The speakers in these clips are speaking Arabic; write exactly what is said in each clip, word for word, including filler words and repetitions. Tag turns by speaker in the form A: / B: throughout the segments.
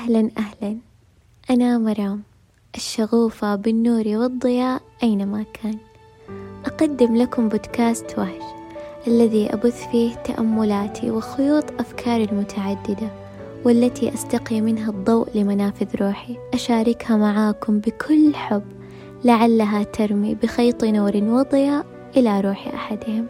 A: أهلا أهلا، أنا مرام الشغوفة بالنور والضياء أينما كان. أقدم لكم بودكاست وهج الذي أبث فيه تأملاتي وخيوط أفكاري المتعددة، والتي أستقي منها الضوء لمنافذ روحي، أشاركها معاكم بكل حب لعلها ترمي بخيط نور وضياء إلى روح أحدهم.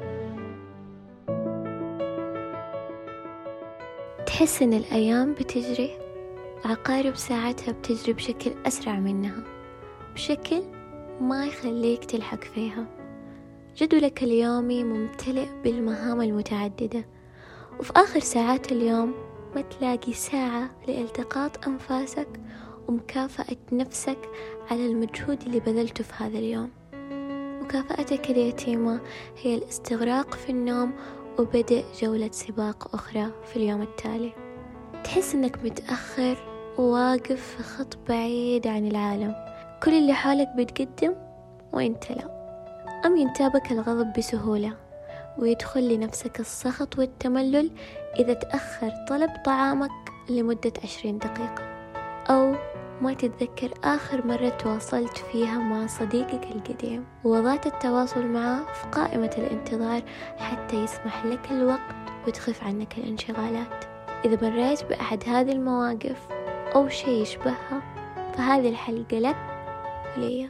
A: تحس إن الأيام بتجري، عقارب ساعتها بتجري بشكل أسرع منها، بشكل ما يخليك تلحق فيها. جدولك اليومي ممتلئ بالمهام المتعددة، وفي آخر ساعات اليوم ما تلاقي ساعة لالتقاط أنفاسك ومكافأة نفسك على المجهود اللي بذلته في هذا اليوم. مكافأتك اليتيمة هي الاستغراق في النوم وبدء جولة سباق أخرى في اليوم التالي. تحس إنك متأخر وواقف في خط بعيد عن العالم، كل اللي حولك بتقدم وإنت لا. أم ينتابك الغضب بسهولة ويدخل لنفسك السخط والتملل إذا تأخر طلب طعامك لمدة عشرين دقيقة، أو ما تتذكر آخر مرة تواصلت فيها مع صديقك القديم ووضعت التواصل معه في قائمة الانتظار حتى يسمح لك الوقت وتخف عنك الانشغالات. إذا مريت بأحد هذه المواقف أو شيء يشبهها، فهذه الحلقة لك وليا.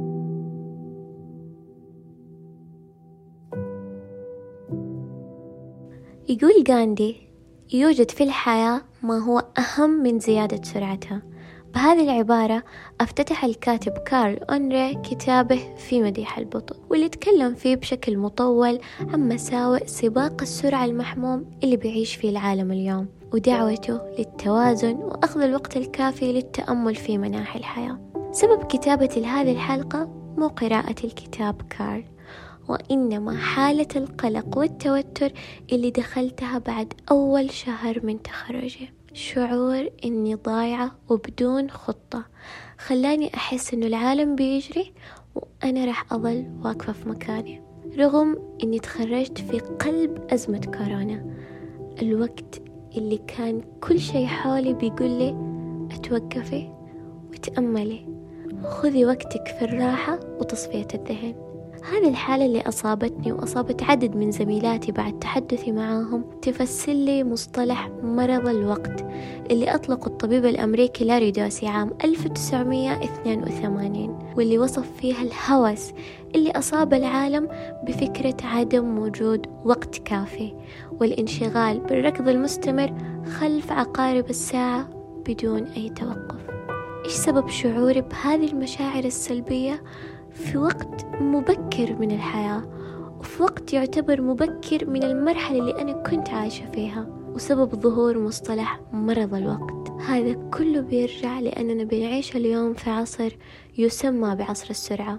A: يقول غاندي: يوجد في الحياة ما هو أهم من زيادة سرعتها. بهذه العبارة افتتح الكاتب كارل أونري كتابه في مديح البطء، واللي يتكلم فيه بشكل مطول عن مساوئ سباق السرعة المحموم اللي بيعيش فيه العالم اليوم، ودعوته للتوازن وأخذ الوقت الكافي للتأمل في مناحي الحياة. سبب كتابتي لهذه الحلقة مو قراءة الكتاب كارل، وإنما حالة القلق والتوتر اللي دخلتها بعد أول شهر من تخرجي. شعور إني ضايعة وبدون خطة خلاني أحس إنه العالم بيجري وأنا رح أظل واقفة في مكاني، رغم إني تخرجت في قلب أزمة كورونا، الوقت اللي كان كل شيء حولي بيقول لي أتوقفي وتأملي، خذي وقتك في الراحة وتصفية الذهن. هذه الحالة اللي أصابتني وأصابت عدد من زميلاتي بعد تحدثي معاهم تفسر لي مصطلح مرض الوقت اللي أطلقه الطبيب الأمريكي لاري دوسي عام ألف وتسعمائة واثنين وثمانين، واللي وصف فيها الهوس اللي أصاب العالم بفكرة عدم وجود وقت كافي والانشغال بالركض المستمر خلف عقارب الساعة بدون أي توقف. إيش سبب شعوري بهذه المشاعر السلبية في وقت مبكر من الحياة، وفي وقت يعتبر مبكر من المرحلة اللي أنا كنت عايشة فيها؟ وسبب ظهور مصطلح مرض الوقت هذا كله بيرجع لأننا بنعيش اليوم في عصر يسمى بعصر السرعة.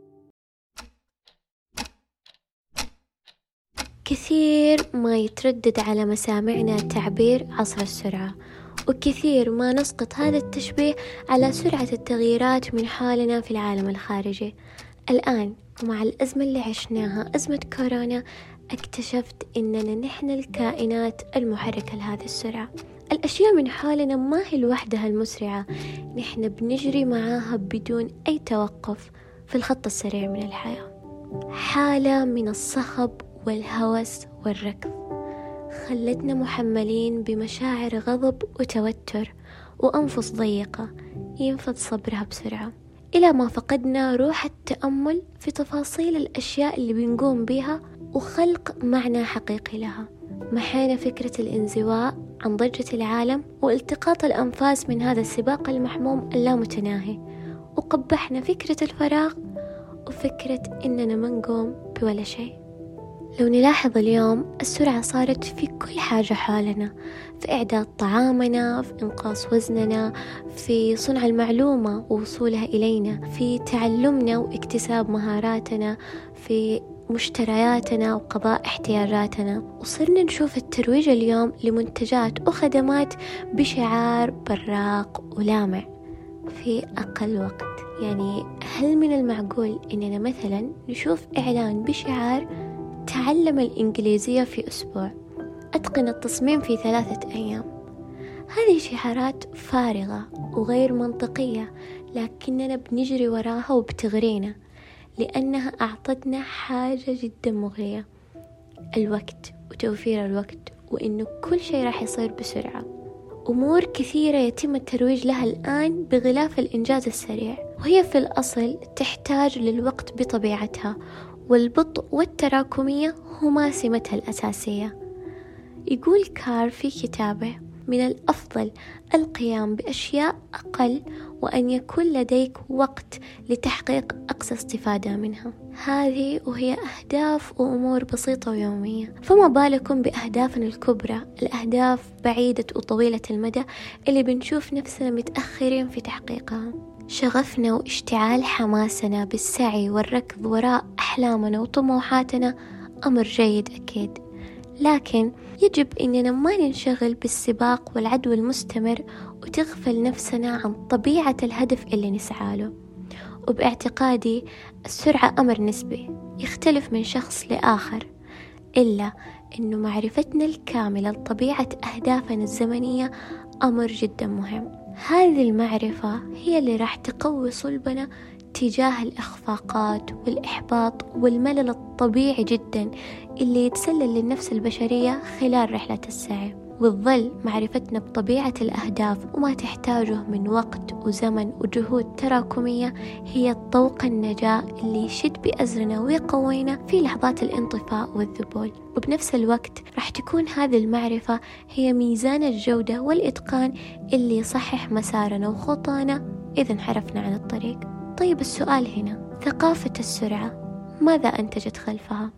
A: كثير ما يتردد على مسامعنا تعبير عصر السرعة، وكثير ما نسقط هذا التشبيه على سرعة التغييرات من حولنا في العالم الخارجي. الآن مع الأزمة اللي عشناها، أزمة كورونا، اكتشفت إننا نحن الكائنات المحركة لهذه السرعة. الأشياء من حولنا ما هي لوحدها المسرعة، نحن بنجري معاها بدون أي توقف في الخط السريع من الحياة. حالة من الصخب والهوس والركض خلتنا محملين بمشاعر غضب وتوتر وأنفس ضيقة ينفذ صبرها بسرعة، إلى ما فقدنا روح التأمل في تفاصيل الأشياء اللي بنقوم بها وخلق معنى حقيقي لها. محينا فكرة الانزواء عن ضجة العالم والتقاط الأنفاس من هذا السباق المحموم اللامتناهي، وقبحنا فكرة الفراغ وفكرة إننا ما نقوم بولا شيء. لو نلاحظ اليوم السرعة صارت في كل حاجة حولنا، في إعداد طعامنا، في إنقاص وزننا، في صنع المعلومة ووصولها إلينا، في تعلمنا واكتساب مهاراتنا، في مشترياتنا وقضاء احتياجاتنا. وصرنا نشوف الترويج اليوم لمنتجات وخدمات بشعار براق ولامع في أقل وقت. يعني هل من المعقول إننا مثلا نشوف إعلان بشعار تعلم الإنجليزية في أسبوع، أتقن التصميم في ثلاثة أيام؟ هذه شعارات فارغة وغير منطقية، لكننا بنجري وراها وبتغرينا، لأنها أعطتنا حاجة جدا مغرية: الوقت وتوفير الوقت، وإنه كل شيء راح يصير بسرعة. أمور كثيرة يتم الترويج لها الآن بغلاف الإنجاز السريع، وهي في الأصل تحتاج للوقت بطبيعتها، والبطء والتراكمية هما سمتها الأساسية. يقول كار في كتابه: من الأفضل القيام بأشياء أقل، وأن يكون لديك وقت لتحقيق أقصى استفادة منها. هذه وهي أهداف وأمور بسيطة ويومية، فما بالكم بأهدافنا الكبرى، الأهداف بعيدة وطويلة المدى اللي بنشوف نفسنا متأخرين في تحقيقها. شغفنا واشتعال حماسنا بالسعي والركض وراء أحلامنا وطموحاتنا أمر جيد أكيد، لكن يجب أننا ما ننشغل بالسباق والعدو المستمر وتغفل نفسنا عن طبيعة الهدف اللي نسعى له. وباعتقادي السرعة أمر نسبي يختلف من شخص لآخر، إلا أنه معرفتنا الكاملة لطبيعة أهدافنا الزمنية أمر جدا مهم. هذه المعرفة هي اللي راح تقوي صلبنا تجاه الإخفاقات والإحباط والملل الطبيعي جدا اللي يتسلل للنفس البشرية خلال رحلة السعي. وتظل معرفتنا بطبيعة الأهداف وما تحتاجه من وقت وزمن وجهود تراكمية هي طوق النجاة اللي يشد بأزرنا ويقوينا في لحظات الانطفاء والذبول. وبنفس الوقت راح تكون هذه المعرفة هي ميزان الجودة والإتقان اللي يصحح مسارنا وخطانا إذا انحرفنا عن الطريق. طيب السؤال هنا: ثقافة السرعة ماذا أنتجت خلفها؟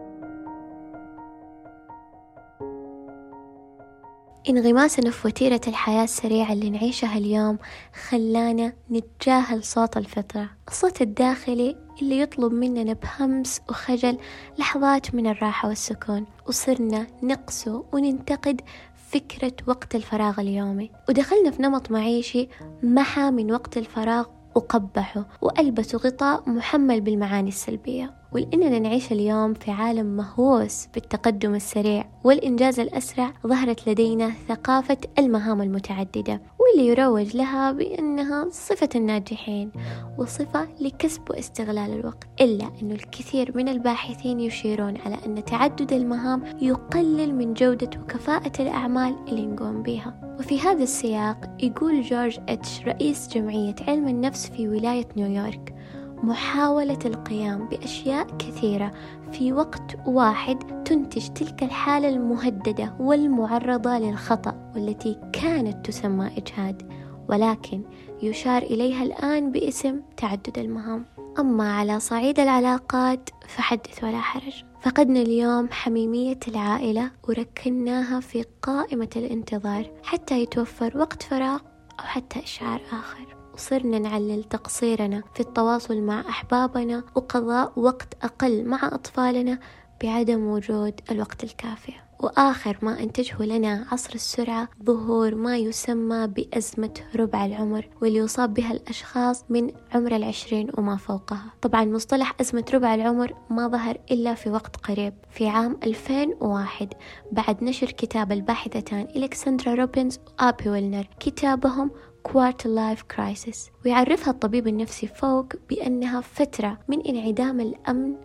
A: انغماسنا في وتيرة الحياة السريعة اللي نعيشها اليوم خلانا نتجاهل صوت الفطرة، الصوت الداخلي اللي يطلب مننا بهمس وخجل لحظات من الراحة والسكون، وصرنا نقسو وننتقد فكرة وقت الفراغ اليومي، ودخلنا في نمط معيشي محى من وقت الفراغ وقبحه وألبسوا غطاء محمل بالمعاني السلبية. ولأننا نعيش اليوم في عالم مهووس بالتقدم السريع والإنجاز الأسرع، ظهرت لدينا ثقافة المهام المتعددة، واللي يروج لها بأنها صفة الناجحين وصفة لكسب واستغلال الوقت. إلا أن الكثير من الباحثين يشيرون على أن تعدد المهام يقلل من جودة وكفاءة الأعمال اللي نقوم بها. وفي هذا السياق يقول جورج إتش رئيس جمعية علم النفس في ولاية نيويورك: محاولة القيام بأشياء كثيرة في وقت واحد تنتج تلك الحالة المهددة والمعرضة للخطأ والتي كانت تسمى إجهاد، ولكن يشار إليها الآن باسم تعدد المهام. أما على صعيد العلاقات فحدث ولا حرج، فقدنا اليوم حميمية العائلة وركناها في قائمة الانتظار حتى يتوفر وقت فراغ أو حتى إشعار آخر، وصرنا نعلل تقصيرنا في التواصل مع أحبابنا وقضاء وقت أقل مع أطفالنا بعدم وجود الوقت الكافي. وآخر ما أنتجه لنا عصر السرعة ظهور ما يسمى بأزمة ربع العمر، واللي يصاب بها الأشخاص من عمر العشرين وما فوقها. طبعا مصطلح أزمة ربع العمر ما ظهر إلا في وقت قريب في عام ألفين وواحد بعد نشر كتاب الباحثتان إلكسندرا روبنز وآبي ويلنر كتابهم Quarter Life Crisis، ويعرفها الطبيب النفسي فوق بأنها فترة من انعدام الأمن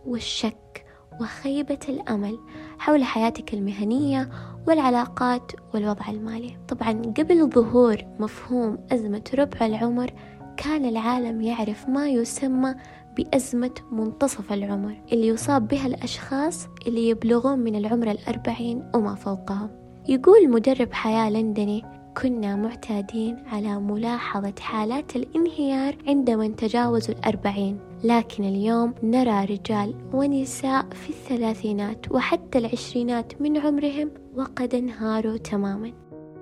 A: والشك وخيبة الأمل حول حياتك المهنية والعلاقات والوضع المالي. طبعا قبل ظهور مفهوم أزمة ربع العمر كان العالم يعرف ما يسمى بأزمة منتصف العمر، اللي يصاب بها الأشخاص اللي يبلغون من العمر الأربعين وما فوقها. يقول مدرب حياة لندني: كنا معتادين على ملاحظة حالات الانهيار عندما تجاوزوا الأربعين، لكن اليوم نرى رجال ونساء في الثلاثينات وحتى العشرينات من عمرهم وقد انهاروا تماما.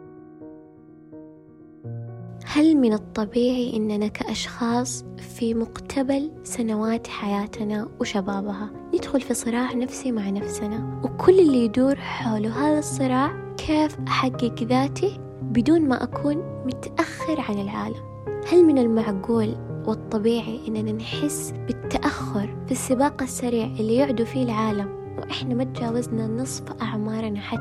A: هل من الطبيعي أننا كأشخاص في مقتبل سنوات حياتنا وشبابها ندخل في صراع نفسي مع نفسنا، وكل اللي يدور حول هذا الصراع كيف أحقق ذاتي بدون ما أكون متأخر عن العالم؟ هل من المعقول والطبيعي أننا نحس بالتأخر في السباق السريع اللي يعدو فيه العالم وإحنا ما تجاوزنا نصف أعمارنا حتى؟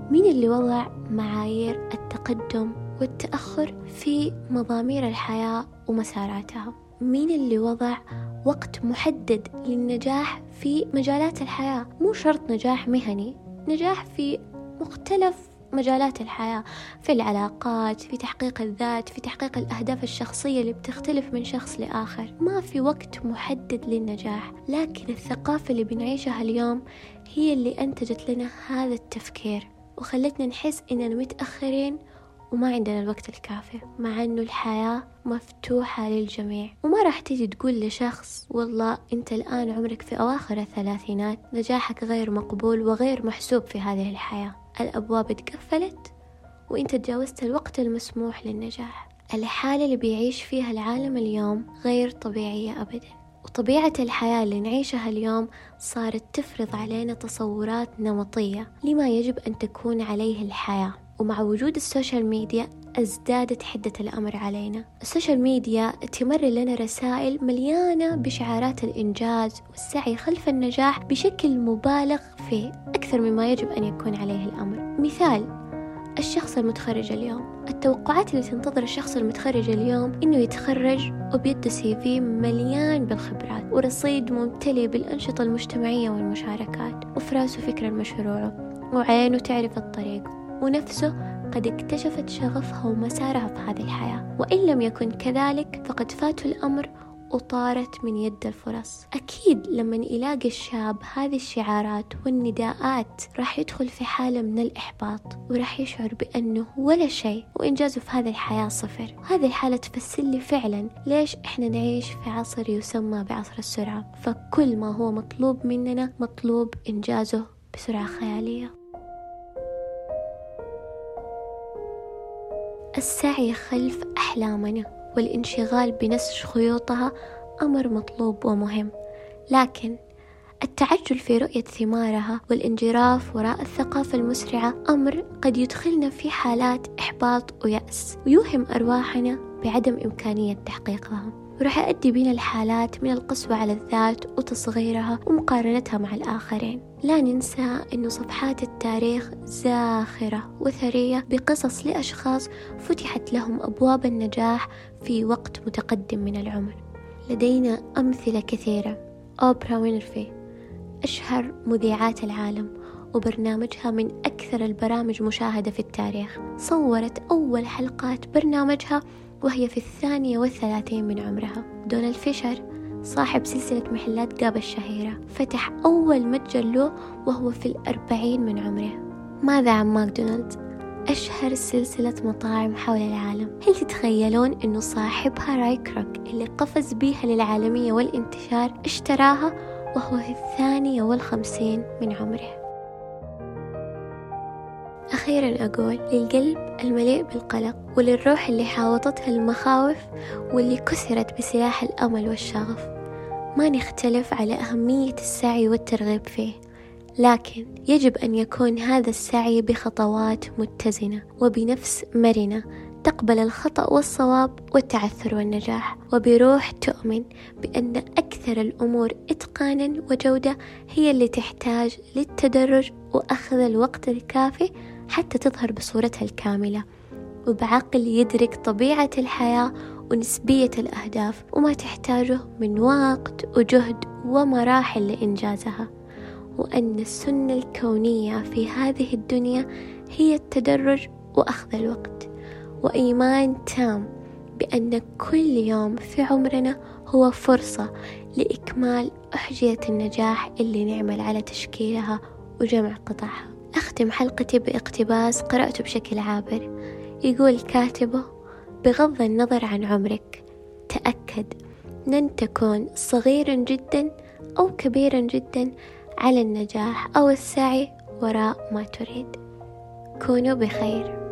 A: مين اللي وضع معايير التقدم والتأخر في مضامير الحياة ومساراتها؟ مين اللي وضع وقت محدد للنجاح في مجالات الحياة؟ مو شرط نجاح مهني، نجاح في مختلف مجالات الحياة، في العلاقات، في تحقيق الذات، في تحقيق الأهداف الشخصية اللي بتختلف من شخص لآخر. ما في وقت محدد للنجاح، لكن الثقافة اللي بنعيشها اليوم هي اللي أنتجت لنا هذا التفكير وخلتنا نحس إننا متأخرين وما عندنا الوقت الكافي، مع أنه الحياة مفتوحة للجميع. وما راح تيجي تقول لشخص والله أنت الآن عمرك في أواخر الثلاثينات، نجاحك غير مقبول وغير محسوب في هذه الحياة، الأبواب اتقفلت وأنت تجاوزت الوقت المسموح للنجاح. الحالة اللي بيعيش فيها العالم اليوم غير طبيعية أبدا، وطبيعة الحياة اللي نعيشها اليوم صارت تفرض علينا تصورات نمطية لما يجب أن تكون عليه الحياة. ومع وجود السوشيال ميديا ازدادت حدة الأمر علينا. السوشيال ميديا تمر لنا رسائل مليانة بشعارات الإنجاز والسعي خلف النجاح بشكل مبالغ فيه أكثر مما يجب أن يكون عليه الأمر. مثال، الشخص المتخرج اليوم، التوقعات اللي تنتظر الشخص المتخرج اليوم إنه يتخرج وبيده سي في مليان بالخبرات ورصيد ممتلئ بالأنشطة المجتمعية والمشاركات، وفي راسه فكرة مشروعه وعينه تعرف الطريق، ونفسه قد اكتشفت شغفها ومسارها في هذه الحياة. وإن لم يكن كذلك فقد فاته الأمر وطارت من يد الفرص. أكيد لما يلاقي الشاب هذه الشعارات والنداءات راح يدخل في حالة من الإحباط، وراح يشعر بأنه ولا شيء وإنجازه في هذه الحياة صفر. هذه الحالة تفسر لي فعلا ليش إحنا نعيش في عصر يسمى بعصر السرعة، فكل ما هو مطلوب مننا مطلوب إنجازه بسرعة خيالية. السعي خلف أحلامنا والانشغال بنسج خيوطها أمر مطلوب ومهم، لكن التعجل في رؤية ثمارها والانجراف وراء الثقافة المسرعة أمر قد يدخلنا في حالات إحباط ويأس، ويوهم أرواحنا بعدم إمكانية تحقيقها، وراح يؤدي بنا الحالات من القسوة على الذات وتصغيرها ومقارنتها مع الآخرين. لا ننسى أن صفحات التاريخ زاخرة وثرية بقصص لأشخاص فتحت لهم أبواب النجاح في وقت متقدم من العمر. لدينا أمثلة كثيرة. أوبرا وينفري أشهر مذيعات العالم، وبرنامجها من أكثر البرامج مشاهدة في التاريخ. صورت أول حلقات برنامجها وهي في الثانية والثلاثين من عمرها. دونالد فيشر صاحب سلسلة محلات جاب الشهيرة فتح أول متجر له وهو في الأربعين من عمره. ماذا عن ماكدونالدز، أشهر سلسلة مطاعم حول العالم؟ هل تتخيلون أنه صاحبها راي كروك اللي قفز بيها للعالمية والانتشار اشتراها وهو في الثانية والخمسين من عمره؟ أخيرا أقول للقلب المليء بالقلق وللروح اللي حاوطتها المخاوف واللي كسرت بسلاح الأمل والشغف، ما نختلف على أهمية السعي والترغيب فيه، لكن يجب أن يكون هذا السعي بخطوات متزنة وبنفس مرنة تقبل الخطأ والصواب والتعثر والنجاح، وبروح تؤمن بأن أكثر الأمور إتقانا وجودة هي اللي تحتاج للتدرج وأخذ الوقت الكافي حتى تظهر بصورتها الكاملة، وبعقل يدرك طبيعة الحياة ونسبية الأهداف وما تحتاجه من وقت وجهد ومراحل لإنجازها، وأن السنة الكونية في هذه الدنيا هي التدرج وأخذ الوقت، وإيمان تام بأن كل يوم في عمرنا هو فرصة لإكمال أحجية النجاح اللي نعمل على تشكيلها وجمع قطعها. أختم حلقتي باقتباس قرأته بشكل عابر، يقول كاتبه: بغض النظر عن عمرك تأكد لن تكون صغيرا جدا أو كبيرا جدا على النجاح أو السعي وراء ما تريد. كونوا بخير.